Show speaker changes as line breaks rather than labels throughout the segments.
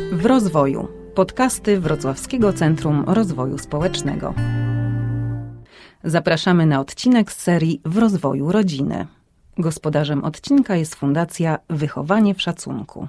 W rozwoju. Podcasty Wrocławskiego Centrum Rozwoju Społecznego. Zapraszamy na odcinek z serii W rozwoju rodziny. Gospodarzem odcinka jest Fundacja Wychowanie w Szacunku.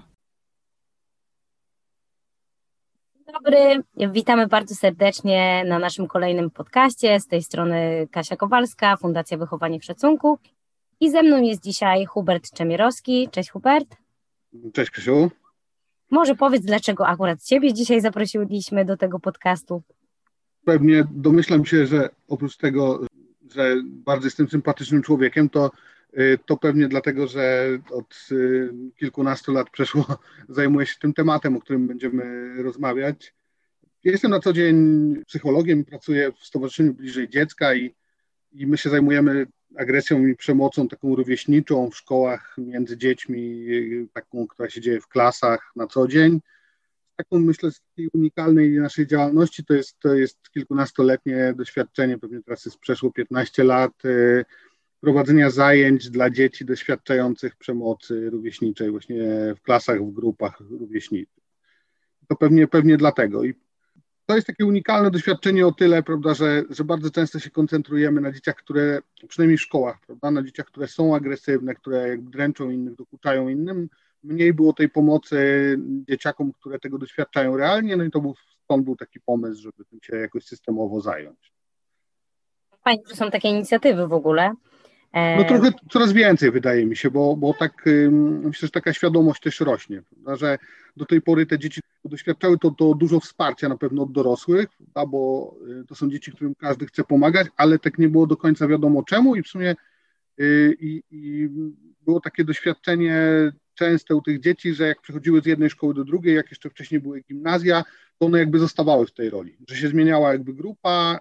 Dzień dobry, witamy bardzo serdecznie na naszym kolejnym podcaście. Z tej strony Kasia Kowalska, Fundacja Wychowanie w Szacunku. I ze mną jest dzisiaj Hubert Czemierowski. Cześć Hubert.
Cześć Kasiu.
Może powiedz, dlaczego akurat Ciebie dzisiaj zaprosiliśmy do tego podcastu?
Pewnie domyślam się, że oprócz tego, że bardzo jestem sympatycznym człowiekiem, to pewnie dlatego, że od kilkunastu lat przeszło zajmuję się tym tematem, o którym będziemy rozmawiać. Jestem na co dzień psychologiem, pracuję w Stowarzyszeniu Bliżej Dziecka i my się zajmujemy agresją i przemocą taką rówieśniczą w szkołach między dziećmi, taką, która się dzieje w klasach na co dzień. Taką, myślę, z takiej unikalnej naszej działalności to jest kilkunastoletnie doświadczenie, pewnie teraz jest przeszło 15 lat, prowadzenia zajęć dla dzieci doświadczających przemocy rówieśniczej właśnie w klasach, w grupach rówieśniczych. To pewnie dlatego. I to jest takie unikalne doświadczenie o tyle, prawda, że bardzo często się koncentrujemy na dzieciach, które, przynajmniej w szkołach, prawda, na dzieciach, które są agresywne, które jakby dręczą innych, dokuczają innym. Mniej było tej pomocy dzieciakom, które tego doświadczają realnie, no i stąd był taki pomysł, żeby tym się jakoś systemowo zająć.
Fajnie, że są takie inicjatywy w ogóle.
No trochę coraz więcej wydaje mi się, bo tak myślę, że taka świadomość też rośnie, prawda, że do tej pory te dzieci doświadczały to dużo wsparcia na pewno od dorosłych, prawda, bo to są dzieci, którym każdy chce pomagać, ale tak nie było do końca wiadomo czemu i w sumie i było takie doświadczenie częste u tych dzieci, że jak przechodziły z jednej szkoły do drugiej, jak jeszcze wcześniej były gimnazja, to one jakby zostawały w tej roli, że się zmieniała jakby grupa,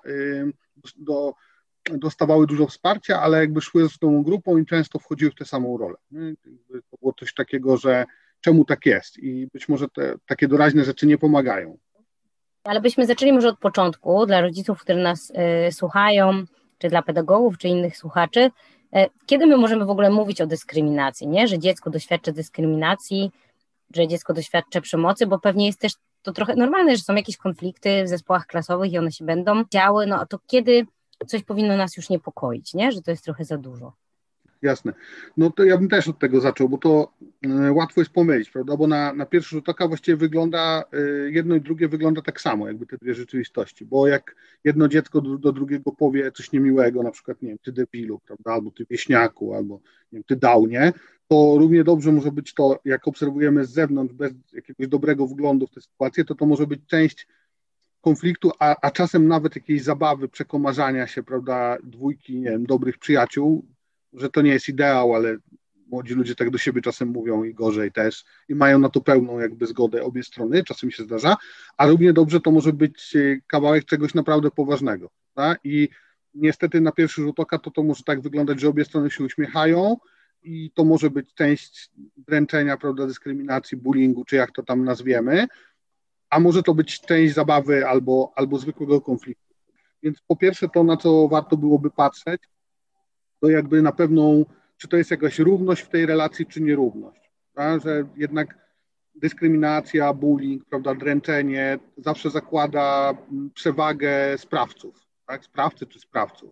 dostawały dużo wsparcia, ale jakby szły z tą grupą i często wchodziły w tę samą rolę. To było coś takiego, że czemu tak jest i być może takie doraźne rzeczy nie pomagają.
Ale byśmy zaczęli może od początku, dla rodziców, którzy nas słuchają, czy dla pedagogów, czy innych słuchaczy. Kiedy my możemy w ogóle mówić o dyskryminacji, nie? Że dziecko doświadcza dyskryminacji, że dziecko doświadcza przemocy, bo pewnie jest też to trochę normalne, że są jakieś konflikty w zespołach klasowych i one się będą działy, no to kiedy coś powinno nas już niepokoić, nie? Że to jest trochę za dużo.
Jasne. No to ja bym też od tego zaczął, bo to łatwo jest pomylić, prawda? Bo na pierwszy rzut oka właściwie wygląda, jedno i drugie wygląda tak samo, jakby te dwie rzeczywistości, bo jak jedno dziecko do drugiego powie coś niemiłego, na przykład, nie wiem, ty debilu, prawda? Albo ty wieśniaku, albo nie wiem, ty downie, to równie dobrze może być to, jak obserwujemy z zewnątrz, bez jakiegoś dobrego wglądu w tę sytuację, to może być część konfliktu, a czasem nawet jakiejś zabawy, przekomarzania się, prawda, dwójki, nie wiem, dobrych przyjaciół, że to nie jest ideał, ale młodzi ludzie tak do siebie czasem mówią i gorzej też i mają na to pełną jakby zgodę obie strony, czasem się zdarza, a równie dobrze to może być kawałek czegoś naprawdę poważnego, tak? I niestety na pierwszy rzut oka to może tak wyglądać, że obie strony się uśmiechają i to może być część dręczenia, prawda, dyskryminacji, bullyingu, czy jak to tam nazwiemy, a może to być część zabawy albo zwykłego konfliktu. Więc po pierwsze to, na co warto byłoby patrzeć, to jakby na pewną, czy to jest jakaś równość w tej relacji, czy nierówność. Tak? Że jednak dyskryminacja, bullying, prawda, dręczenie zawsze zakłada przewagę sprawców, tak? Sprawcy czy sprawców.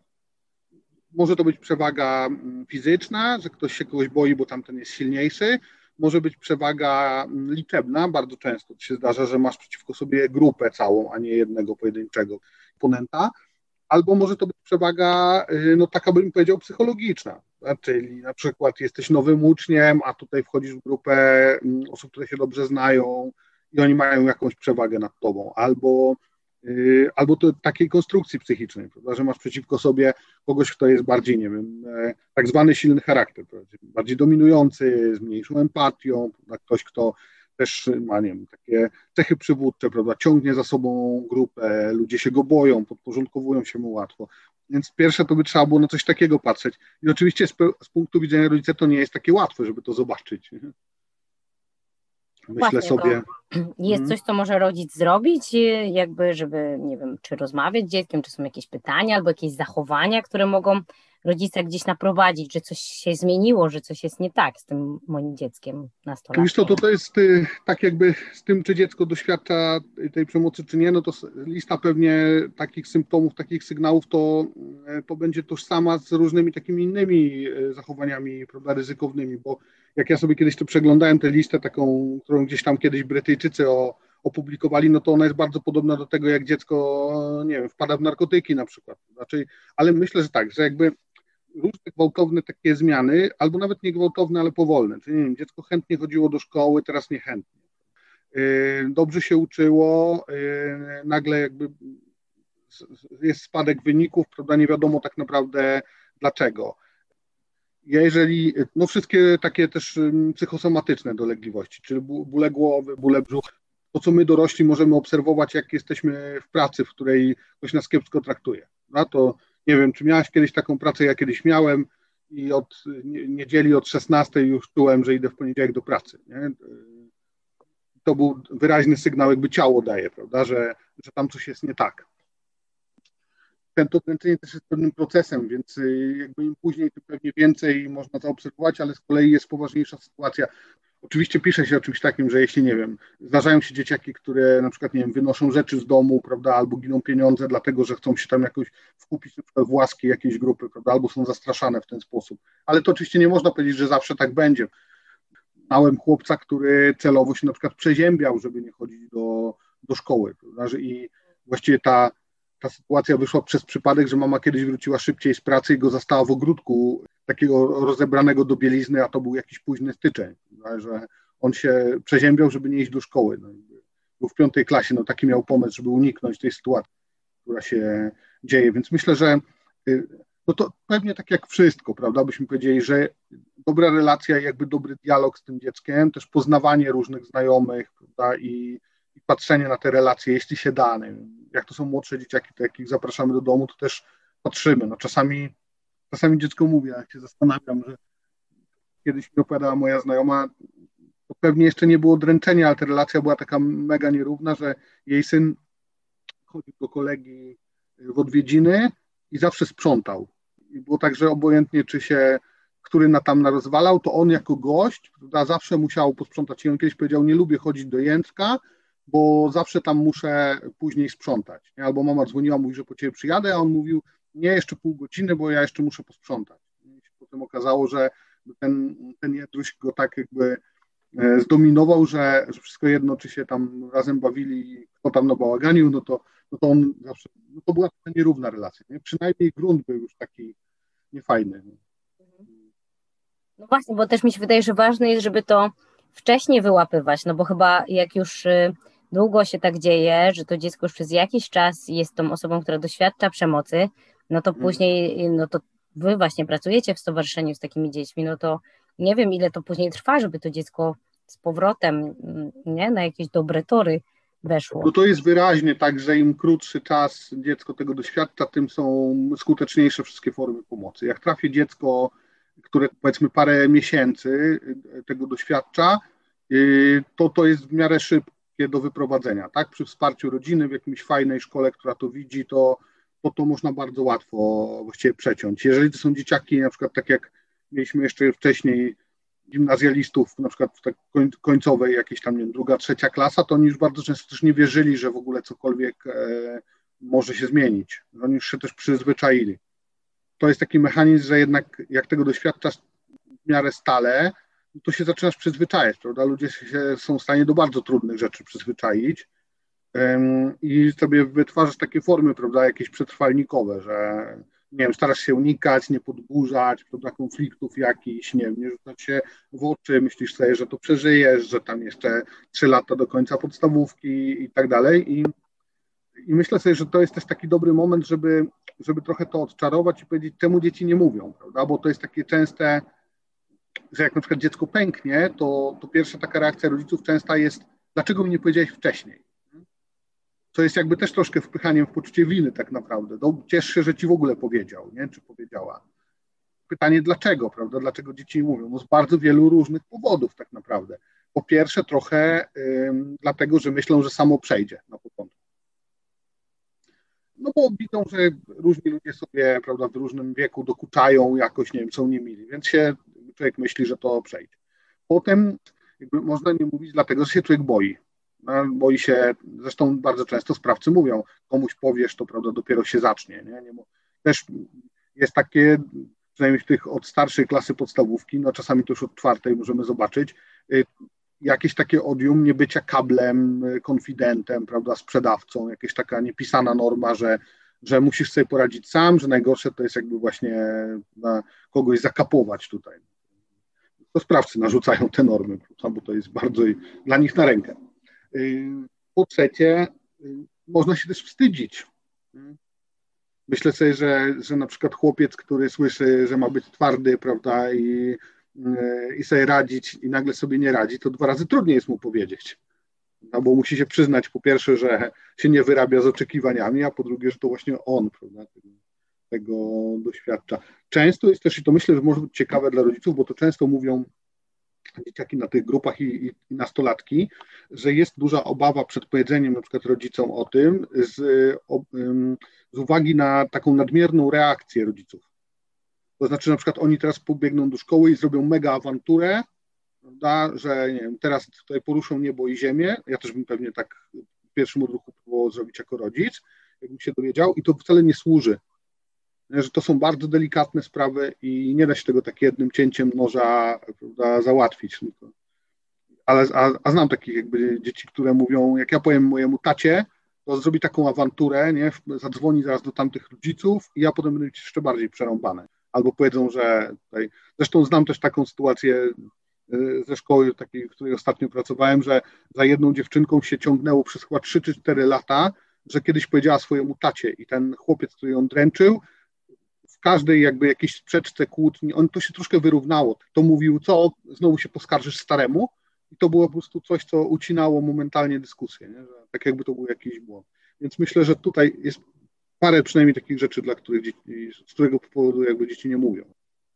Może to być przewaga fizyczna, że ktoś się kogoś boi, bo tamten jest silniejszy. Może być przewaga liczebna, bardzo często się zdarza, że masz przeciwko sobie grupę całą, a nie jednego pojedynczego oponenta. Albo może to być przewaga, no taka bym powiedział, psychologiczna, tak? Czyli na przykład jesteś nowym uczniem, a tutaj wchodzisz w grupę osób, które się dobrze znają i oni mają jakąś przewagę nad tobą, albo to takiej konstrukcji psychicznej, prawda? Że masz przeciwko sobie kogoś, kto jest bardziej, nie wiem, tak zwany silny charakter, bardziej dominujący, z mniejszą empatią, ktoś, kto też ma, nie wiem, takie cechy przywódcze, prawda, ciągnie za sobą grupę, ludzie się go boją, podporządkowują się mu łatwo. Więc pierwsze to by trzeba było na coś takiego patrzeć. I oczywiście z punktu widzenia rodzica to nie jest takie łatwe, żeby to zobaczyć. Myślę
Właśnie,
sobie...
Jest coś, co może rodzic zrobić, jakby, żeby, nie wiem, czy rozmawiać z dzieckiem, czy są jakieś pytania, albo jakieś zachowania, które mogą rodzica gdzieś naprowadzić, że coś się zmieniło, że coś jest nie tak z tym moim dzieckiem nastolatkiem?
Wiesz co, to jest tak jakby z tym, czy dziecko doświadcza tej przemocy, czy nie, no to lista pewnie takich symptomów, takich sygnałów to będzie tożsama z różnymi takimi innymi zachowaniami, prawda, ryzykownymi, bo jak ja sobie kiedyś to przeglądałem tę listę taką, którą gdzieś tam kiedyś Brytyjczycy opublikowali, no to ona jest bardzo podobna do tego, jak dziecko, nie wiem, wpada w narkotyki na przykład. Znaczy, ale myślę, że tak, że jakby różne gwałtowne takie zmiany, albo nawet nie gwałtowne, ale powolne. Czyli nie wiem, dziecko chętnie chodziło do szkoły, teraz niechętnie. Dobrze się uczyło, nagle jakby jest spadek wyników, prawda, nie wiadomo tak naprawdę dlaczego. Jeżeli, no wszystkie takie też psychosomatyczne dolegliwości, czyli bóle głowy, bóle brzucha, to co my dorośli możemy obserwować, jak jesteśmy w pracy, w której ktoś nas kiepsko traktuje. No to nie wiem, czy miałaś kiedyś taką pracę, ja kiedyś miałem i od niedzieli od 16 już czułem, że idę w poniedziałek do pracy. Nie? To był wyraźny sygnał, jakby ciało daje, prawda, że tam coś jest nie tak. To dręczenie też jest pewnym procesem, więc jakby im później, tym pewnie więcej można zaobserwować, ale z kolei jest poważniejsza sytuacja. Oczywiście pisze się o czymś takim, że jeśli, nie wiem, zdarzają się dzieciaki, które na przykład, nie wiem, wynoszą rzeczy z domu, prawda, albo giną pieniądze, dlatego że chcą się tam jakoś wkupić na przykład w łaski jakiejś grupy, prawda, albo są zastraszane w ten sposób. Ale to oczywiście nie można powiedzieć, że zawsze tak będzie. Znałem chłopca, który celowo się na przykład przeziębiał, żeby nie chodzić do szkoły, prawda, i właściwie ta sytuacja wyszła przez przypadek, że mama kiedyś wróciła szybciej z pracy i go zastała w ogródku takiego rozebranego do bielizny, a to był jakiś późny styczeń, że on się przeziębiał, żeby nie iść do szkoły. No, był w 5. klasie, no taki miał pomysł, żeby uniknąć tej sytuacji, która się dzieje, więc myślę, że no to pewnie tak jak wszystko, prawda, byśmy powiedzieli, że dobra relacja, jakby dobry dialog z tym dzieckiem, też poznawanie różnych znajomych, prawda, i patrzenie na te relacje, jeśli się da. Jak to są młodsze dzieciaki, to jak ich zapraszamy do domu, to też patrzymy. No czasami dziecko mówi, jak się zastanawiam, że kiedyś mi opowiadała moja znajoma, to pewnie jeszcze nie było dręczenia, ale ta relacja była taka mega nierówna, że jej syn chodził do kolegi w odwiedziny i zawsze sprzątał. I było tak, że obojętnie, czy się który tam narozwalał, to on jako gość, prawda, zawsze musiał posprzątać. I on kiedyś powiedział, nie lubię chodzić do Jędrka, bo zawsze tam muszę później sprzątać. Nie? Albo mama dzwoniła, mówi, że po ciebie przyjadę, a on mówił, nie, jeszcze pół godziny, bo ja jeszcze muszę posprzątać. I się potem okazało, że ten Jędruś go tak jakby zdominował, że wszystko jedno, czy się tam razem bawili, kto tam nabałaganił, no to on zawsze, no to była taka nierówna relacja. Nie? Przynajmniej grunt był już taki niefajny.
No właśnie, bo też mi się wydaje, że ważne jest, żeby to wcześniej wyłapywać, no bo chyba jak już długo się tak dzieje, że to dziecko już przez jakiś czas jest tą osobą, która doświadcza przemocy, no to później, no to wy właśnie pracujecie w stowarzyszeniu z takimi dziećmi, no to nie wiem, ile to później trwa, żeby to dziecko z powrotem, nie, na jakieś dobre tory weszło.
No to jest wyraźnie tak, że im krótszy czas dziecko tego doświadcza, tym są skuteczniejsze wszystkie formy pomocy. Jak trafi dziecko, które powiedzmy parę miesięcy tego doświadcza, to jest w miarę szybkie do wyprowadzenia, tak? Przy wsparciu rodziny w jakimś fajnej szkole, która to widzi, to można bardzo łatwo właściwie przeciąć. Jeżeli to są dzieciaki, na przykład tak jak mieliśmy jeszcze wcześniej gimnazjalistów, na przykład w tak końcowej jakiejś tam, nie wiem, 2., 3. klasa, to oni już bardzo często też nie wierzyli, że w ogóle cokolwiek może się zmienić. Oni już się też przyzwyczaili. To jest taki mechanizm, że jednak jak tego doświadczasz w miarę stale, to się zaczynasz przyzwyczajać, prawda? Ludzie są w stanie do bardzo trudnych rzeczy przyzwyczaić i sobie wytwarzasz takie formy, prawda, jakieś przetrwalnikowe, że nie wiem, starasz się unikać, nie podburzać, prawda, konfliktów jakichś, nie wiem, nie rzucać się w oczy, myślisz sobie, że to przeżyjesz, że tam jeszcze 3 lata do końca podstawówki i tak dalej. I myślę sobie, że to jest też taki dobry moment, żeby trochę to odczarować i powiedzieć, czemu dzieci nie mówią, prawda? Bo to jest takie częste, że jak na przykład dziecko pęknie, to pierwsza taka reakcja rodziców częsta jest, dlaczego mi nie powiedziałeś wcześniej? Co jest jakby też troszkę wpychaniem w poczucie winy tak naprawdę. No, ciesz się, że ci w ogóle powiedział, nie? Czy powiedziała. Pytanie dlaczego, prawda? Dlaczego dzieci nie mówią? No z bardzo wielu różnych powodów tak naprawdę. Po pierwsze trochę dlatego, że myślą, że samo przejdzie na początku. No bo widzą, że różni ludzie sobie, prawda, w różnym wieku dokuczają, jakoś, nie wiem, są niemili, więc się człowiek myśli, że to przejdzie. Potem jakby można nie mówić, dlatego że się człowiek boi. No, boi się, zresztą bardzo często sprawcy mówią, komuś powiesz, to prawda, dopiero się zacznie. Też jest takie, przynajmniej w tych od starszej klasy podstawówki, no czasami to już od czwartej możemy zobaczyć, jakieś takie odium niebycia kablem, konfidentem, prawda, sprzedawcą, jakaś taka niepisana norma, że musisz sobie poradzić sam, że najgorsze to jest jakby właśnie na kogoś zakapować tutaj. To sprawcy narzucają te normy, bo to jest bardzo dla nich na rękę. Po trzecie, można się też wstydzić. Myślę sobie, że na przykład chłopiec, który słyszy, że ma być twardy, prawda, i sobie radzić i nagle sobie nie radzi, to 2 razy trudniej jest mu powiedzieć. No bo musi się przyznać po pierwsze, że się nie wyrabia z oczekiwaniami, a po drugie, że to właśnie on, prawda, tego doświadcza. Często jest też, i to myślę, że może być ciekawe dla rodziców, bo to często mówią dzieciaki na tych grupach i nastolatki, że jest duża obawa przed powiedzeniem na przykład rodzicom o tym z uwagi na taką nadmierną reakcję rodziców. To znaczy na przykład oni teraz pobiegną do szkoły i zrobią mega awanturę, prawda, że nie wiem, teraz tutaj poruszą niebo i ziemię. Ja też bym pewnie tak w pierwszym odruchu próbował zrobić jako rodzic, jakbym się dowiedział, i to wcale nie służy. Że to są bardzo delikatne sprawy i nie da się tego tak jednym cięciem noża, prawda, załatwić. A znam takich jakby dzieci, które mówią, jak ja powiem mojemu tacie, to zrobi taką awanturę, nie, zadzwoni zaraz do tamtych rodziców i ja potem będę mieć jeszcze bardziej przerąbane. Albo powiedzą, że tutaj, zresztą znam też taką sytuację ze szkoły, takiej, w której ostatnio pracowałem, że za jedną dziewczynką się ciągnęło przez chyba 3 czy 4 lata, że kiedyś powiedziała swojemu tacie i ten chłopiec, który ją dręczył, w każdej jakby jakiejś sprzeczce, kłótni, on to się troszkę wyrównało. To mówił, co, znowu się poskarżysz staremu, i to było po prostu coś, co ucinało momentalnie dyskusję, nie? Że tak jakby to był jakiś błąd. Więc myślę, że tutaj jest parę przynajmniej takich rzeczy, dla których dzieci, z którego powodu jakby dzieci nie mówią.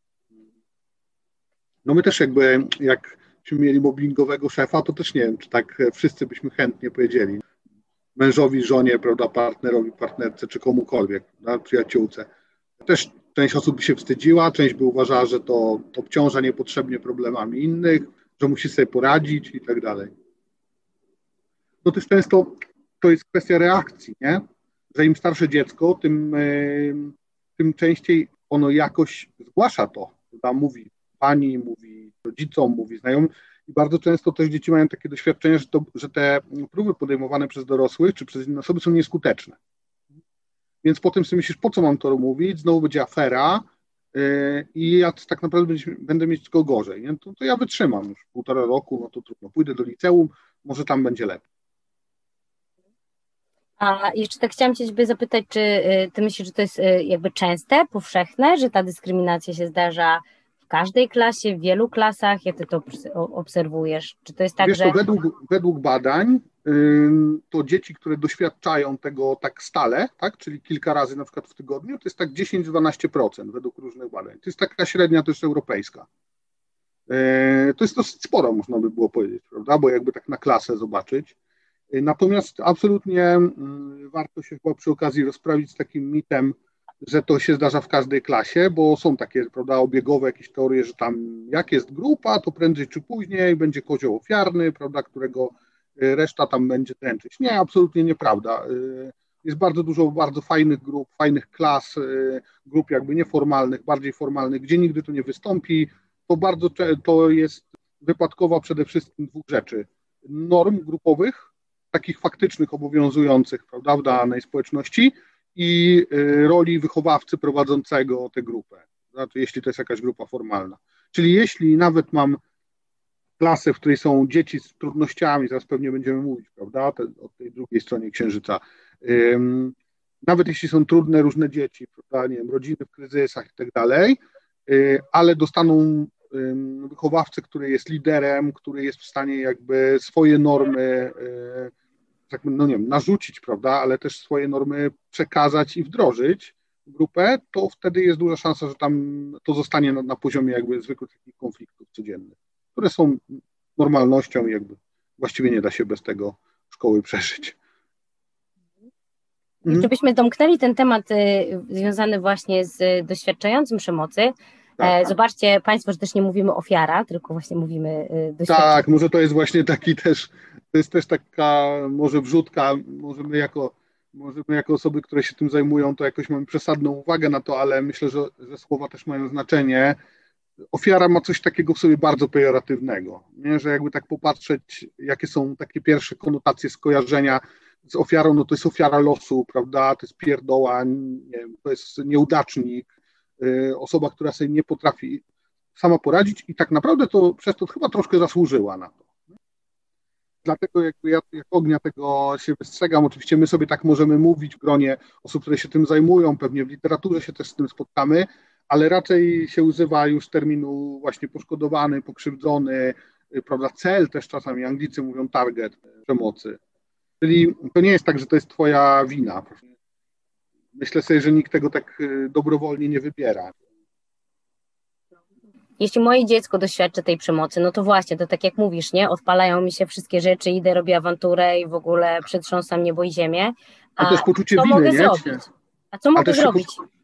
No my też jakby, jakbyśmy mieli mobbingowego szefa, to też nie wiem, czy tak wszyscy byśmy chętnie powiedzieli. Mężowi, żonie, prawda, partnerowi, partnerce, czy komukolwiek, na przyjaciółce. Też część osób by się wstydziła, część by uważała, że to obciąża niepotrzebnie problemami innych, że musi sobie poradzić i tak dalej. No też często to jest kwestia reakcji, nie? Że im starsze dziecko, tym częściej ono jakoś zgłasza to. Tam mówi pani, mówi rodzicom, mówi znajomym. I bardzo często też dzieci mają takie doświadczenie, że te próby podejmowane przez dorosłych czy przez inne osoby są nieskuteczne. Więc potem sobie myślisz, po co mam to mówić, znowu będzie afera i ja tak naprawdę będę mieć tylko gorzej. Nie? To ja wytrzymam już 1,5 roku, no to trudno. Pójdę do liceum, może tam będzie lepiej.
A jeszcze tak chciałam Cię zapytać, czy Ty myślisz, że to jest jakby częste, powszechne, że ta dyskryminacja się zdarza w każdej klasie, w wielu klasach? Jak Ty to obserwujesz? Czy to jest tak,
Wiesz,
że...
to według badań to dzieci, które doświadczają tego tak stale, tak, czyli kilka razy na przykład w tygodniu, to jest tak 10-12% według różnych badań. To jest taka średnia też europejska. To jest dosyć sporo, można by było powiedzieć, prawda, bo jakby tak na klasę zobaczyć. Natomiast absolutnie warto się chyba przy okazji rozprawić z takim mitem, że to się zdarza w każdej klasie, bo są takie, prawda, obiegowe jakieś teorie, że tam jak jest grupa, to prędzej czy później będzie kozioł ofiarny, prawda, którego reszta tam będzie dręczyć. Nie, absolutnie nieprawda. Jest bardzo dużo bardzo fajnych grup, fajnych klas, grup jakby nieformalnych, bardziej formalnych, gdzie nigdy to nie wystąpi. To jest wypadkowa przede wszystkim 2 rzeczy. Norm grupowych, takich faktycznych, obowiązujących, prawda, w danej społeczności i roli wychowawcy prowadzącego tę grupę, znaczy, jeśli to jest jakaś grupa formalna. Czyli jeśli nawet mam klasę, w której są dzieci z trudnościami, zaraz pewnie będziemy mówić, prawda, o tej drugiej stronie księżyca, nawet jeśli są trudne różne dzieci, prawda, nie wiem, rodziny w kryzysach i tak dalej, ale dostaną wychowawcę, który jest liderem, który jest w stanie jakby swoje normy no nie wiem, narzucić, prawda, ale też swoje normy przekazać i wdrożyć w grupę, to wtedy jest duża szansa, że tam to zostanie na poziomie jakby zwykłych takich konfliktów codziennych, które są normalnością i jakby właściwie nie da się bez tego szkoły przeżyć.
Jeszcze byśmy domknęli ten temat związany właśnie z doświadczającym przemocy. Tak. Zobaczcie Państwo, że też nie mówimy ofiara, tylko właśnie mówimy doświadczający.
Tak, może to jest właśnie taki też, to jest też taka może wrzutka, może my jako osoby, które się tym zajmują, to jakoś mamy przesadną uwagę na to, ale myślę, że słowa też mają znaczenie. Ofiara ma coś takiego w sobie bardzo pejoratywnego, nie? Że jakby tak popatrzeć, jakie są takie pierwsze konotacje, skojarzenia z ofiarą, no to jest ofiara losu, prawda, to jest pierdoła, nie wiem, to jest nieudacznik, osoba, która sobie nie potrafi sama poradzić i tak naprawdę to przez to chyba troszkę zasłużyła na to. Dlatego jakby ja jak ognia tego się wystrzegam. Oczywiście my sobie tak możemy mówić w gronie osób, które się tym zajmują, pewnie w literaturze się też z tym spotkamy, ale raczej się używa już terminu właśnie poszkodowany, pokrzywdzony, prawda, cel też czasami, Anglicy mówią target przemocy. Czyli to nie jest tak, że to jest twoja wina. Myślę sobie, że nikt tego tak dobrowolnie nie wybiera.
Jeśli moje dziecko doświadczy tej przemocy, no to właśnie, to tak jak mówisz, nie? Odpalają mi się wszystkie rzeczy, idę, robię awanturę i w ogóle przetrząsam niebo i ziemię.
A też poczucie
co
winy,
mogę
nie?
zrobić? A co mogę zrobić?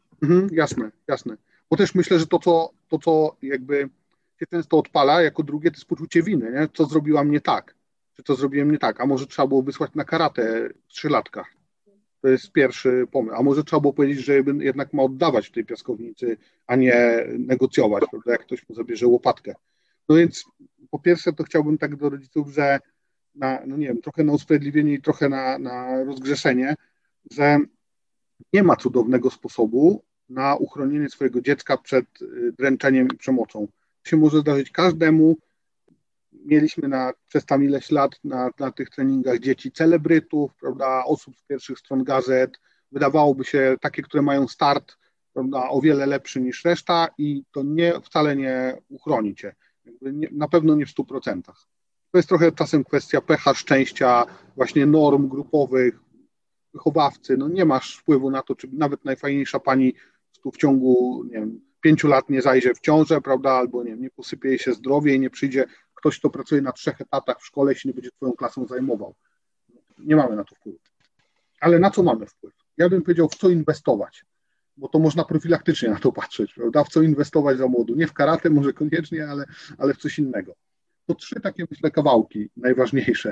Jasne. Bo też myślę, że to, co jakby się często odpala jako drugie, to jest poczucie winy, nie? Co zrobiłam nie tak? Czy co zrobiłem nie tak? A może trzeba było wysłać na karate w 3-latkach? To jest pierwszy pomysł. A może trzeba było powiedzieć, że jednak ma oddawać w tej piaskownicy, a nie negocjować, prawda? Jak ktoś mu zabierze łopatkę. No więc po pierwsze to chciałbym tak do rodziców, że trochę na usprawiedliwienie i trochę na rozgrzeszenie, że nie ma cudownego sposobu na uchronienie swojego dziecka przed dręczeniem i przemocą. To się może zdarzyć każdemu. Mieliśmy przez tam ileś lat na tych treningach dzieci celebrytów, prawda, osób z pierwszych stron gazet. Wydawałoby się takie, które mają start, prawda, o wiele lepszy niż reszta i to wcale nie uchroni cię. Na pewno nie w 100%. To jest trochę czasem kwestia pecha, szczęścia, właśnie norm grupowych, wychowawcy. No nie masz wpływu na to, czy nawet najfajniejsza pani w ciągu 5 lat nie zajdzie w ciążę, prawda, albo nie posypie jej się zdrowie i nie przyjdzie ktoś, kto pracuje na 3 etatach w szkole, się nie będzie twoją klasą zajmował. Nie mamy na to wpływu. Ale na co mamy wpływ? Ja bym powiedział, w co inwestować, bo to można profilaktycznie na to patrzeć, prawda? W co inwestować za młodu. Nie w karate może koniecznie, ale w coś innego. To 3 takie, myślę, kawałki najważniejsze.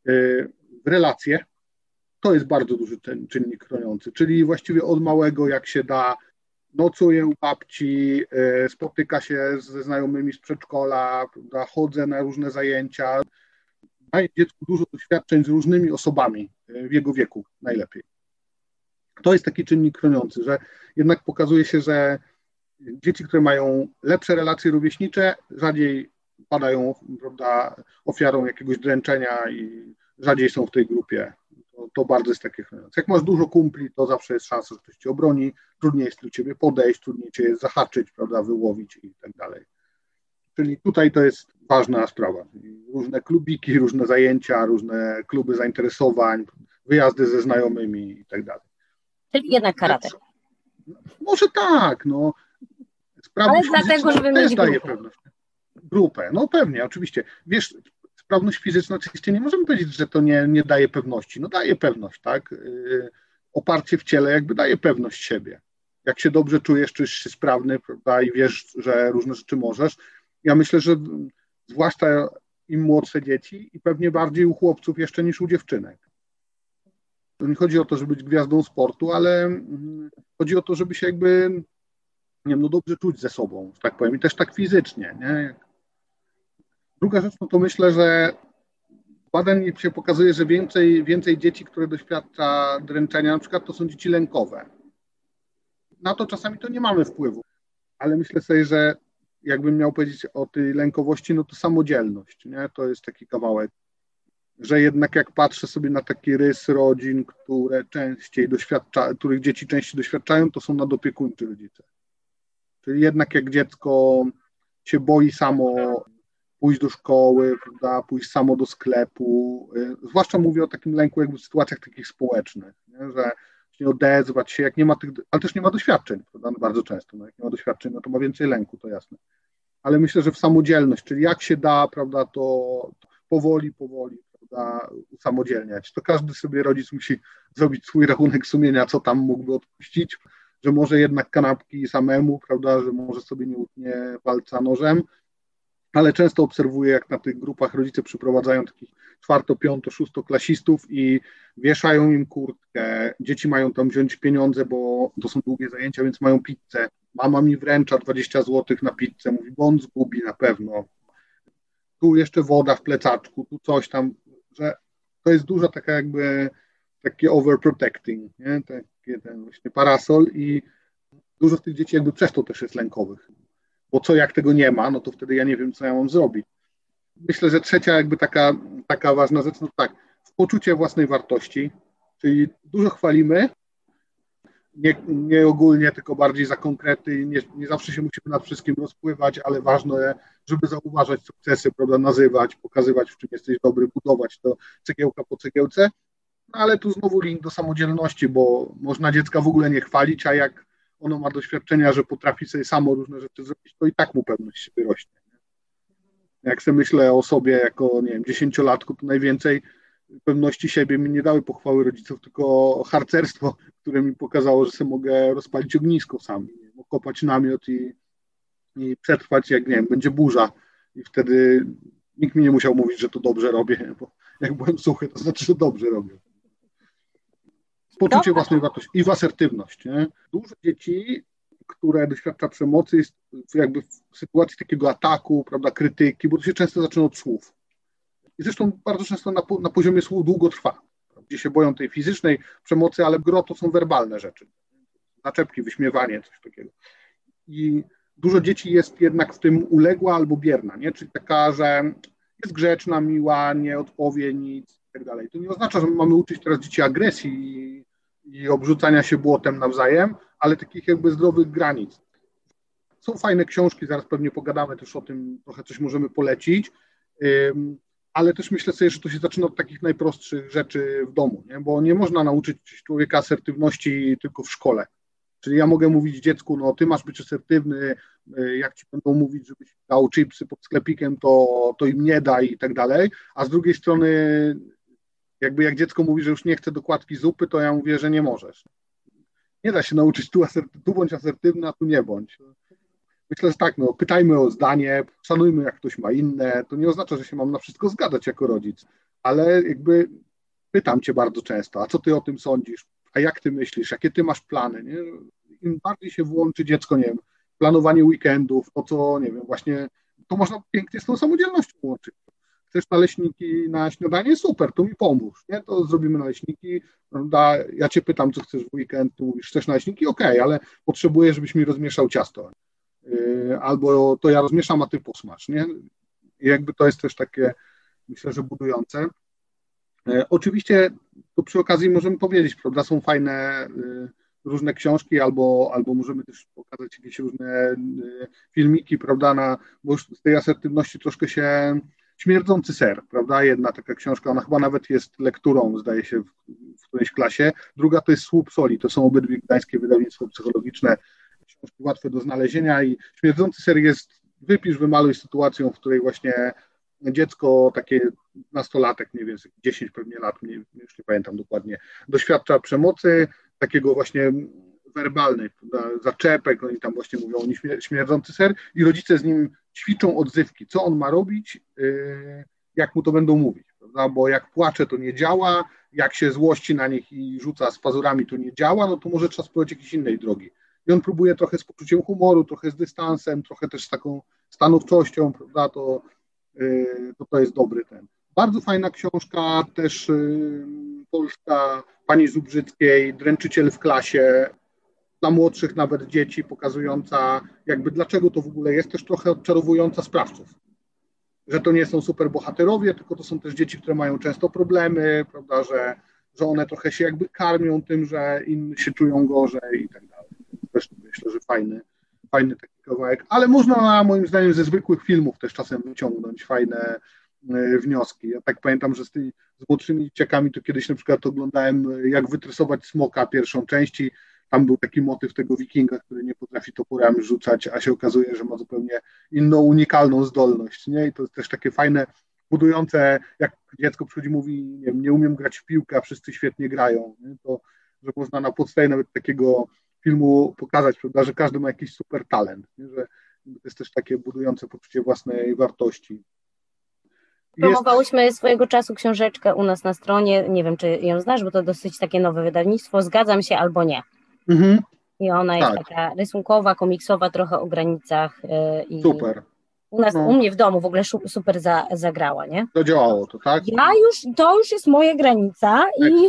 W relacje, to jest bardzo duży czynnik chroniący, czyli właściwie od małego, jak się da, nocuję u babci, spotyka się ze znajomymi z przedszkola, prawda, chodzę na różne zajęcia, daję dziecku dużo doświadczeń z różnymi osobami w jego wieku najlepiej. To jest taki czynnik chroniący, że jednak pokazuje się, że dzieci, które mają lepsze relacje rówieśnicze, rzadziej padają, prawda, ofiarą jakiegoś dręczenia i rzadziej są w tej grupie. To bardzo jest takie chroniące. Jak masz dużo kumpli, to zawsze jest szansa, że ktoś cię obroni, trudniej jest do ciebie podejść, trudniej cię jest zahaczyć, prawda, wyłowić i tak dalej. Czyli tutaj to jest ważna sprawa. Różne klubiki, różne zajęcia, różne kluby zainteresowań, wyjazdy ze znajomymi i tak dalej.
Czyli jednak karate.
Może tak, no.
Ale dlatego, żeby mieć
grupę. No pewnie, oczywiście. Wiesz, sprawność fizyczna oczywiście nie możemy powiedzieć, że to nie daje pewności. No daje pewność, tak? Oparcie w ciele jakby daje pewność siebie. Jak się dobrze czujesz się sprawny, prawda, i wiesz, że różne rzeczy możesz. Ja myślę, że zwłaszcza im młodsze dzieci i pewnie bardziej u chłopców jeszcze niż u dziewczynek. To nie chodzi o to, żeby być gwiazdą sportu, ale chodzi o to, żeby się jakby, nie wiem, dobrze czuć ze sobą, że tak powiem, i też tak fizycznie, nie? Druga rzecz, no to myślę, że badań się pokazuje, że więcej dzieci, które doświadcza dręczenia, na przykład to są dzieci lękowe. Na to czasami to nie mamy wpływu, ale myślę sobie, że jakbym miał powiedzieć o tej lękowości, no to samodzielność, nie? To jest taki kawałek, że jednak jak patrzę sobie na taki rys rodzin, których dzieci częściej doświadczają, to są nadopiekuńczy rodzice. Czyli jednak jak dziecko się boi samo pójść do szkoły, prawda, pójść samo do sklepu, zwłaszcza mówię o takim lęku jakby w sytuacjach takich społecznych, nie? Że nie odezwać się, jak nie ma ale też nie ma doświadczeń, prawda, bardzo często, no jak nie ma doświadczeń, no to ma więcej lęku, to jasne. Ale myślę, że w samodzielność, czyli jak się da, prawda, to powoli, prawda, prawda, usamodzielniać. To każdy sobie rodzic musi zrobić swój rachunek sumienia, co tam mógłby odpuścić, że może jednak kanapki samemu, prawda, że może sobie nie utnie palca nożem, ale często obserwuję, jak na tych grupach rodzice przyprowadzają takich 4., 5., 6-klasistów i wieszają im kurtkę. Dzieci mają tam wziąć pieniądze, bo to są długie zajęcia, więc mają pizzę. Mama mi wręcza 20 zł na pizzę, mówi, bo on zgubi na pewno. Tu jeszcze woda w plecaczku, tu coś tam, że to jest duża taka jakby takie overprotecting, nie? Taki ten właśnie parasol i dużo z tych dzieci jakby przez to też jest lękowych. Bo co jak tego nie ma, no to wtedy ja nie wiem, co ja mam zrobić. Myślę, że trzecia jakby taka ważna rzecz, no tak, w poczucie własnej wartości, czyli dużo chwalimy, nie ogólnie, tylko bardziej za konkrety, nie zawsze się musimy nad wszystkim rozpływać, ale ważne, żeby zauważać sukcesy, prawda, nazywać, pokazywać, w czym jesteś dobry, budować to cegiełka po cegiełce, no ale tu znowu link do samodzielności, bo można dziecka w ogóle nie chwalić, a jak ono ma doświadczenia, że potrafi sobie samo różne rzeczy zrobić, to i tak mu pewność siebie rośnie. Jak sobie myślę o sobie jako, nie wiem, 10-latku, to najwięcej pewności siebie mi nie dały pochwały rodziców, tylko harcerstwo, które mi pokazało, że sobie mogę rozpalić ognisko sam, okopać namiot i przetrwać, jak nie wiem, będzie burza. I wtedy nikt mi nie musiał mówić, że to dobrze robię, bo jak byłem suchy, to znaczy, że dobrze robię. Poczucie własnej wartości i w asertywność. Nie? Dużo dzieci, które doświadcza przemocy, jest jakby w sytuacji takiego ataku, prawda, krytyki, bo to się często zaczyna od słów. I zresztą bardzo często na poziomie słów długo trwa. Gdzie się boją tej fizycznej przemocy, ale gro to są werbalne rzeczy. Naczepki, wyśmiewanie, coś takiego. I dużo dzieci jest jednak w tym uległa albo bierna, nie? Czyli taka, że jest grzeczna, miła, nie odpowie nic i tak dalej. To nie oznacza, że mamy uczyć teraz dzieci agresji i obrzucania się błotem nawzajem, ale takich jakby zdrowych granic. Są fajne książki, zaraz pewnie pogadamy też o tym, trochę coś możemy polecić, ale też myślę sobie, że to się zaczyna od takich najprostszych rzeczy w domu, nie? Bo nie można nauczyć człowieka asertywności tylko w szkole. Czyli ja mogę mówić dziecku, no ty masz być asertywny, jak ci będą mówić, żebyś dał chipsy pod sklepikiem, to im nie daj i tak dalej, a z drugiej strony jakby jak dziecko mówi, że już nie chce dokładki zupy, to ja mówię, że nie możesz. Nie da się nauczyć tu bądź asertywny, a tu nie bądź. Myślę, że tak, no, pytajmy o zdanie, szanujmy, jak ktoś ma inne. To nie oznacza, że się mam na wszystko zgadzać jako rodzic, ale jakby pytam cię bardzo często, a co ty o tym sądzisz? A jak ty myślisz? Jakie ty masz plany? Nie? Im bardziej się włączy dziecko, nie wiem, planowanie weekendów, to co, nie wiem, właśnie, to można pięknie z tą samodzielnością łączyć. Chcesz naleśniki na śniadanie? Super, to mi pomóż, nie? To zrobimy naleśniki, prawda? Ja cię pytam, co chcesz w weekend, tu mówisz, chcesz naleśniki? Okej, ale potrzebuję, żebyś mi rozmieszał ciasto. Albo to ja rozmieszam, a ty posmaż, nie? I jakby to jest też takie, myślę, że budujące. Oczywiście tu przy okazji możemy powiedzieć, prawda, są fajne różne książki, albo możemy też pokazać jakieś różne filmiki, prawda, bo już z tej asertywności troszkę się Śmierdzący ser, prawda, jedna taka książka, ona chyba nawet jest lekturą, zdaje się, w którejś klasie. Druga to jest Słup soli, to są obydwie gdańskie wydawnictwo psychologiczne, książki łatwe do znalezienia i Śmierdzący ser jest, wypisz, wymaluj sytuacją, w której właśnie dziecko, takie nastolatek, nie wiem, 10 pewnie lat, już nie pamiętam dokładnie, doświadcza przemocy, takiego właśnie werbalnej, zaczepek, oni tam właśnie mówią śmierdzący ser i rodzice z nim ćwiczą odzywki, co on ma robić, jak mu to będą mówić, prawda? Bo jak płacze, to nie działa, jak się złości na nich i rzuca z pazurami, to nie działa, no to może trzeba spróbować jakiejś innej drogi. I on próbuje trochę z poczuciem humoru, trochę z dystansem, trochę też z taką stanowczością, prawda, to jest dobry ten. Bardzo fajna książka, też polska, pani Zubrzyckiej, Dręczyciel w klasie, dla młodszych nawet dzieci, pokazująca jakby dlaczego to w ogóle jest, też trochę odczarowująca sprawców. Że to nie są superbohaterowie, tylko to są też dzieci, które mają często problemy, prawda, że one trochę się jakby karmią tym, że inni się czują gorzej i tak dalej. Też myślę, że fajny taki kawałek, ale można moim zdaniem ze zwykłych filmów też czasem wyciągnąć fajne wnioski. Ja tak pamiętam, że z młodszymi dzieciakami to kiedyś na przykład oglądałem Jak wytresować smoka, pierwszą część i tam był taki motyw tego wikinga, który nie potrafi toporami rzucać, a się okazuje, że ma zupełnie inną, unikalną zdolność, nie? I to jest też takie fajne budujące, jak dziecko przychodzi i mówi, nie wiem, nie umiem grać w piłkę, a wszyscy świetnie grają, nie? To, że można na podstawie nawet takiego filmu pokazać, prawda, że każdy ma jakiś super talent, nie? Że to jest też takie budujące poczucie własnej wartości.
Promowałyśmy swojego czasu książeczkę u nas na stronie, nie wiem, czy ją znasz, bo to dosyć takie nowe wydawnictwo, Zgadzam się albo nie.
Mhm.
I ona jest
Tak.
taka rysunkowa, komiksowa, trochę o granicach. I
Super.
U mnie w domu w ogóle super zagrała, nie?
Zadziałało to, tak?
To już jest moja granica i...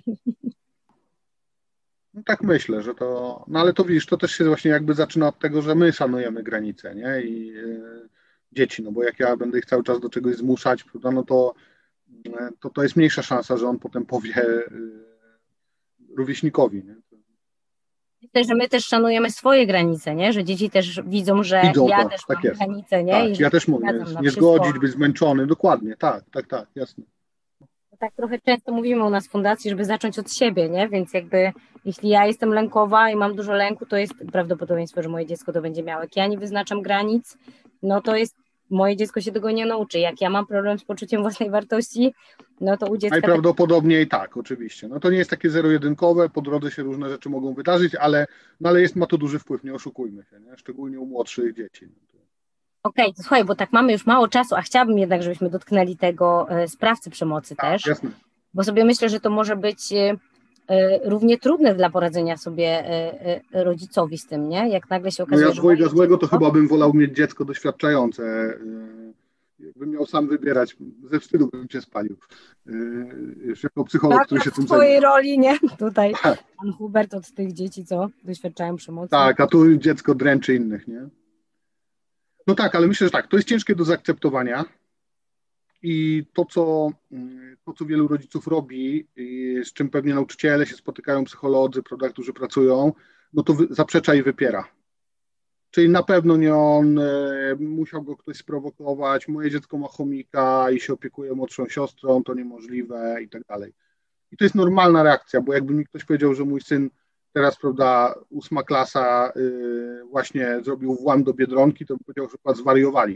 No tak myślę, że to, no ale to widzisz, to też się właśnie jakby zaczyna od tego, że my szanujemy granice, nie? I dzieci, no bo jak ja będę ich cały czas do czegoś zmuszać, prawda, no to jest mniejsza szansa, że on potem powie rówieśnikowi, nie?
Myślę, że my też szanujemy swoje granice, nie? Że dzieci też widzą, że ja też mam granice, nie?
Tak, ja też mogę nie zgodzić, być zmęczony, dokładnie, tak, jasne.
Tak trochę często mówimy u nas w fundacji, żeby zacząć od siebie, nie? Więc jakby jeśli ja jestem lękowa i mam dużo lęku, to jest prawdopodobieństwo, że moje dziecko to będzie miało. Jak ja nie wyznaczam granic, no to jest moje dziecko się tego nie nauczy. Jak ja mam problem z poczuciem własnej wartości, no to u dziecka...
Najprawdopodobniej tak, oczywiście. No to nie jest takie zero-jedynkowe, po drodze się różne rzeczy mogą wydarzyć, ale ma to duży wpływ, nie oszukujmy się, nie? Szczególnie u młodszych dzieci.
Okej, to słuchaj, bo tak mamy już mało czasu, a chciałabym jednak, żebyśmy dotknęli tego sprawcy przemocy też,
jasne.
Bo sobie myślę, że to może być równie trudne dla poradzenia sobie rodzicowi z tym, nie? Jak nagle się okazuje,
ja z dwojga złego to chyba bym wolał mieć dziecko doświadczające. Jakbym miał sam wybierać, ze wstydu bym się spalił. Już jako psycholog,
tak,
który się tym
zajmuje. W twojej roli, nie? Tutaj pan Hubert od tych dzieci, co doświadczają przemocy.
Tak, a tu dziecko dręczy innych, nie? No tak, ale myślę, że tak, to jest ciężkie do zaakceptowania i to, co wielu rodziców robi, z czym pewnie nauczyciele się spotykają, psycholodzy, prawda, którzy pracują, no to zaprzecza i wypiera. Czyli na pewno nie on, musiał go ktoś sprowokować, moje dziecko ma chomika i się opiekuje młodszą siostrą, to niemożliwe i tak dalej. I to jest normalna reakcja, bo jakby mi ktoś powiedział, że mój syn teraz, prawda, 8. klasa właśnie zrobił włam do Biedronki, to bym powiedział, że chyba zwariowali.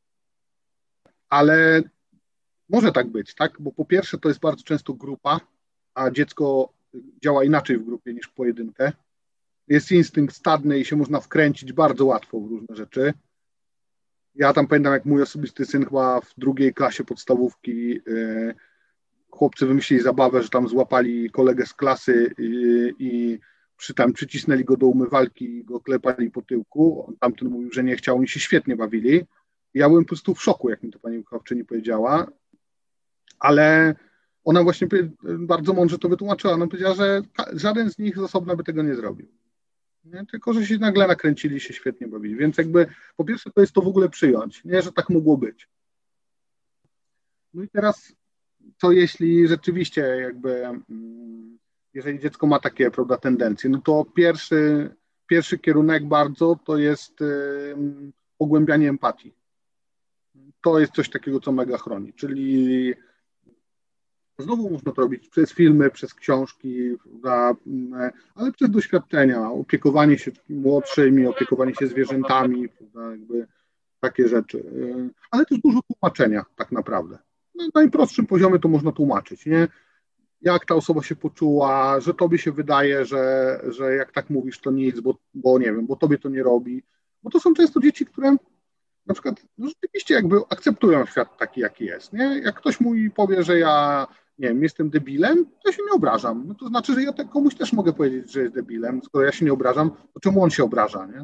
Ale może tak być, tak? Bo po pierwsze to jest bardzo często grupa, a dziecko działa inaczej w grupie niż w pojedynkę. Jest instynkt stadny i się można wkręcić bardzo łatwo w różne rzeczy. Ja tam pamiętam, jak mój osobisty syn chyba w 2. klasie podstawówki chłopcy wymyślili zabawę, że tam złapali kolegę z klasy i przycisnęli go do umywalki i go klepali po tyłku. On tamten mówił, że nie chciał, oni się świetnie bawili. Ja byłem po prostu w szoku, jak mi to pani wychowawczyni powiedziała, ale ona właśnie bardzo mądrze to wytłumaczyła. Ona powiedziała, że żaden z nich z osobna by tego nie zrobił. Nie? Tylko, że się nagle nakręcili, się świetnie bawili. Więc jakby po pierwsze to jest to w ogóle przyjąć, nie, że tak mogło być. No i teraz co jeśli rzeczywiście jakby, jeżeli dziecko ma takie, prawda, tendencje, no to pierwszy kierunek bardzo to jest pogłębianie empatii. To jest coś takiego, co mega chroni, czyli znowu można to robić przez filmy, przez książki, prawda, ale przez doświadczenia, opiekowanie się młodszymi, opiekowanie się zwierzętami, prawda, jakby takie rzeczy, ale też dużo tłumaczenia tak naprawdę. Na najprostszym poziomie to można tłumaczyć, nie? Jak ta osoba się poczuła, że tobie się wydaje, że jak tak mówisz, to nic, bo nie wiem, bo tobie to nie robi. Bo to są często dzieci, które na przykład no rzeczywiście jakby akceptują świat taki, jaki jest, nie? Jak ktoś mi powie, że ja, nie wiem, jestem debilem, to ja się nie obrażam. No to znaczy, że ja komuś też mogę powiedzieć, że jest debilem. Skoro ja się nie obrażam, to czemu on się obraża, nie?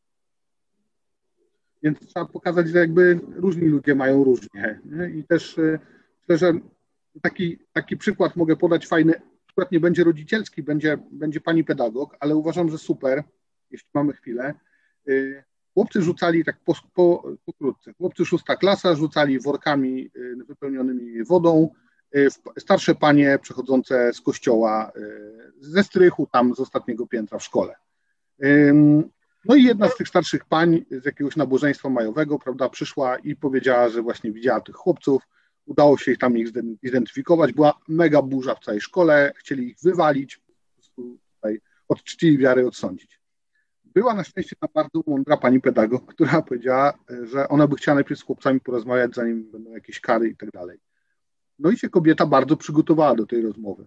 Więc trzeba pokazać, że jakby różni ludzie mają różnie. Nie? I też myślę, że taki przykład mogę podać fajny, przykład nie będzie rodzicielski, będzie pani pedagog, ale uważam, że super, jeśli mamy chwilę. Chłopcy rzucali tak pokrótce. Chłopcy 6. klasa rzucali workami wypełnionymi wodą, starsze panie przechodzące z kościoła, ze strychu tam z ostatniego piętra w szkole. No i jedna z tych starszych pań z jakiegoś nabożeństwa majowego, prawda, przyszła i powiedziała, że właśnie widziała tych chłopców, udało się ich zidentyfikować, była mega burza w całej szkole, chcieli ich wywalić, po prostu tutaj od czci i wiary odsądzić. Była na szczęście ta bardzo mądra pani pedagog, która powiedziała, że ona by chciała najpierw z chłopcami porozmawiać, zanim będą jakieś kary i tak dalej. No i się kobieta bardzo przygotowała do tej rozmowy.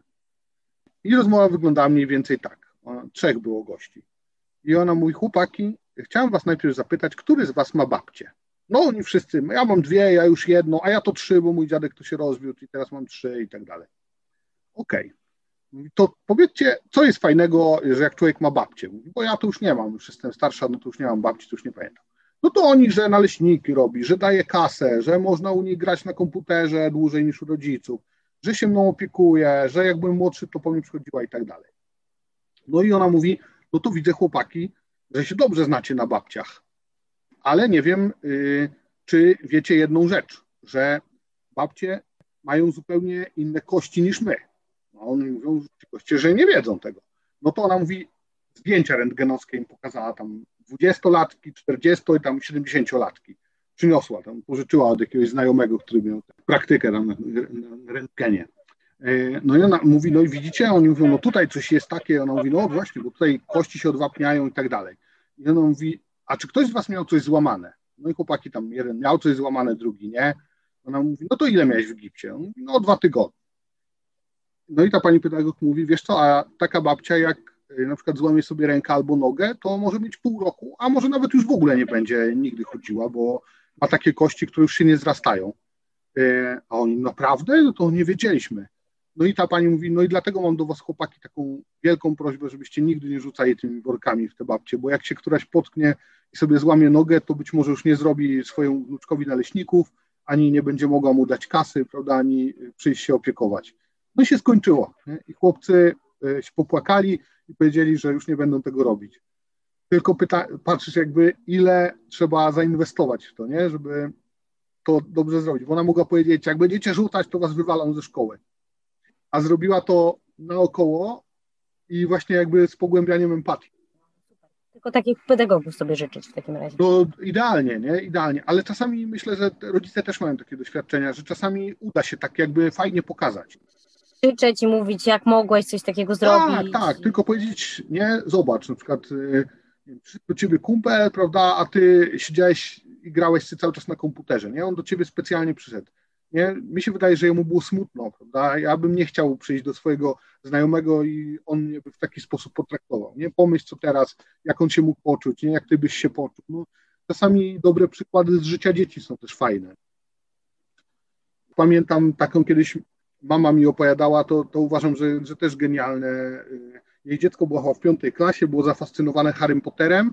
I rozmowa wyglądała mniej więcej tak. 3 było gości. I ona mówi, chłopaki, chciałem was najpierw zapytać, który z was ma babcię? No oni wszyscy, ja mam 2, ja już 1, a ja to 3, bo mój dziadek to się rozwiódł i teraz mam 3 i tak dalej. Okej. To powiedzcie, co jest fajnego, że jak człowiek ma babcię? Mówi, bo ja to już nie mam, już jestem starsza, no to już nie mam babci, to już nie pamiętam. No to oni, że naleśniki robi, że daje kasę, że można u nich grać na komputerze dłużej niż u rodziców, że się mną opiekuje, że jak byłem młodszy, to po mnie przychodziła i tak dalej. No i ona mówi, no to widzę chłopaki, że się dobrze znacie na babciach, ale nie wiem, czy wiecie jedną rzecz, że babcie mają zupełnie inne kości niż my. No oni mówią w rzeczywistości, że nie wiedzą tego. No to ona mówi, zdjęcia rentgenowskie im pokazała, tam 20-latki, 40 i tam 70-latki. Przyniosła, tam pożyczyła od jakiegoś znajomego, który miał praktykę tam na rentgenie. No i ona mówi, no i widzicie, oni mówią, no tutaj coś jest takie, ona mówi, no właśnie, bo tutaj kości się odwapniają i tak dalej. I ona mówi, a czy ktoś z was miał coś złamane? No i chłopaki tam, jeden miał coś złamane, drugi nie. Ona mówi, no to ile miałeś w gipsie? On mówi, no 2 tygodnie. No i ta pani pedagog mówi, wiesz co, a taka babcia jak na przykład złamie sobie rękę albo nogę, to może mieć pół roku, a może nawet już w ogóle nie będzie nigdy chodziła, bo ma takie kości, które już się nie zrastają. A oni, naprawdę? No to nie wiedzieliśmy. No i ta pani mówi, no i dlatego mam do was, chłopaki, taką wielką prośbę, żebyście nigdy nie rzucali tymi workami w te babcie, bo jak się któraś potknie i sobie złamie nogę, to być może już nie zrobi swojemu wnuczkowi naleśników, ani nie będzie mogła mu dać kasy, prawda, ani przyjść się opiekować. No i się skończyło. Nie? I chłopcy się popłakali i powiedzieli, że już nie będą tego robić. Tylko patrzysz jakby, ile trzeba zainwestować w to, nie? Żeby to dobrze zrobić. Bo ona mogła powiedzieć, jak będziecie rzucać, to was wywalam ze szkoły. A zrobiła to naokoło i właśnie jakby z pogłębianiem empatii.
Tylko takich pedagogów sobie życzyć w takim razie.
To idealnie, nie? Idealnie. Ale czasami myślę, że rodzice też mają takie doświadczenia, że czasami uda się tak jakby fajnie pokazać.
Krzyczeć i mówić, jak mogłeś coś takiego zrobić.
Tak, tylko powiedzieć, nie, zobacz, na przykład przyszedł do ciebie kumpel, prawda, a ty siedziałeś i grałeś cały czas na komputerze, nie? On do ciebie specjalnie przyszedł. Nie? Mi się wydaje, że jemu było smutno, prawda? Ja bym nie chciał przyjść do swojego znajomego i on mnie by w taki sposób potraktował. Nie? Pomyśl, co teraz, jak on się mógł poczuć, nie? Jak ty byś się poczuł. No, czasami dobre przykłady z życia dzieci są też fajne. Pamiętam taką kiedyś mama mi opowiadała, to uważam, że też genialne. Jej dziecko było w 5. klasie, było zafascynowane Harrym Potterem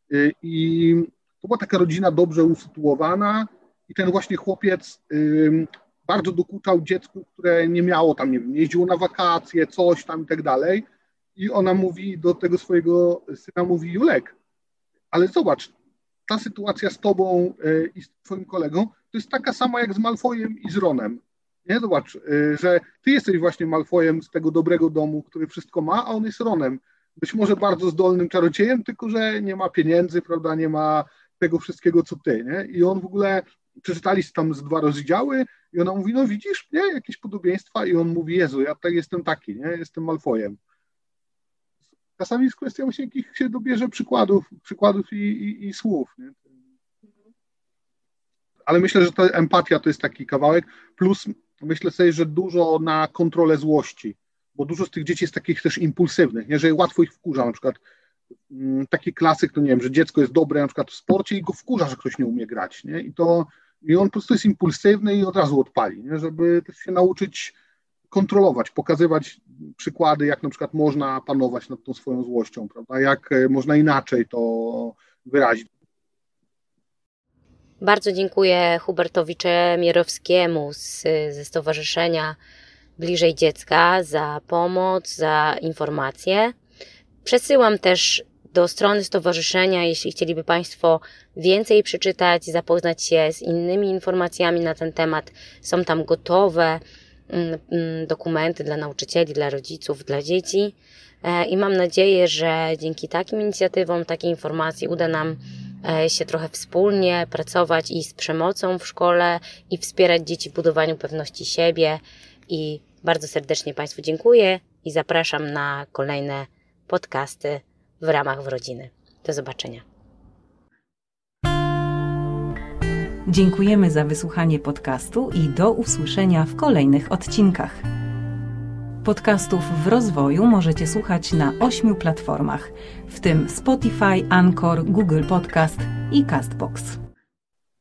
i to była taka rodzina dobrze usytuowana i ten właśnie chłopiec bardzo dokuczał dziecku, które nie miało tam, nie wiem, nie jeździło na wakacje, coś tam i tak dalej. I ona mówi do tego swojego syna, mówi, Julek, ale zobacz, ta sytuacja z tobą i z twoim kolegą to jest taka sama jak z Malfoyem i z Ronem. Nie? Zobacz, że ty jesteś właśnie Malfoyem z tego dobrego domu, który wszystko ma, a on jest Ronem. Być może bardzo zdolnym czarodziejem, tylko że nie ma pieniędzy, prawda, nie ma tego wszystkiego, co ty. Nie? I on w ogóle, przeczytali tam z 2 rozdziały i ona mówi, no widzisz, nie, jakieś podobieństwa i on mówi, Jezu, ja tak jestem taki, nie, jestem Malfoyem. Czasami jest kwestia właśnie, jakich się dobierze przykładów i słów. Nie? Ale myślę, że ta empatia to jest taki kawałek, plus myślę sobie, że dużo na kontrolę złości, bo dużo z tych dzieci jest takich też impulsywnych, nie? Że łatwo ich wkurza, na przykład taki klasyk, to nie wiem, że dziecko jest dobre na przykład w sporcie i go wkurza, że ktoś nie umie grać, nie? I on po prostu jest impulsywny i od razu odpali, nie? Żeby też się nauczyć kontrolować, pokazywać przykłady, jak na przykład można panować nad tą swoją złością, prawda? Jak można inaczej to wyrazić.
Bardzo dziękuję Hubertowi Czemierowskiemu ze Stowarzyszenia Bliżej Dziecka za pomoc, za informacje. Przesyłam też do strony stowarzyszenia, jeśli chcieliby Państwo więcej przeczytać, zapoznać się z innymi informacjami na ten temat. Są tam gotowe dokumenty dla nauczycieli, dla rodziców, dla dzieci i mam nadzieję, że dzięki takim inicjatywom, takiej informacji uda nam się trochę wspólnie pracować i z przemocą w szkole i wspierać dzieci w budowaniu pewności siebie i bardzo serdecznie Państwu dziękuję i zapraszam na kolejne podcasty w ramach W rodziny. Do zobaczenia.
Dziękujemy za wysłuchanie podcastu i do usłyszenia w kolejnych odcinkach. Podcastów w rozwoju możecie słuchać na 8 platformach, w tym Spotify, Anchor, Google Podcast i Castbox.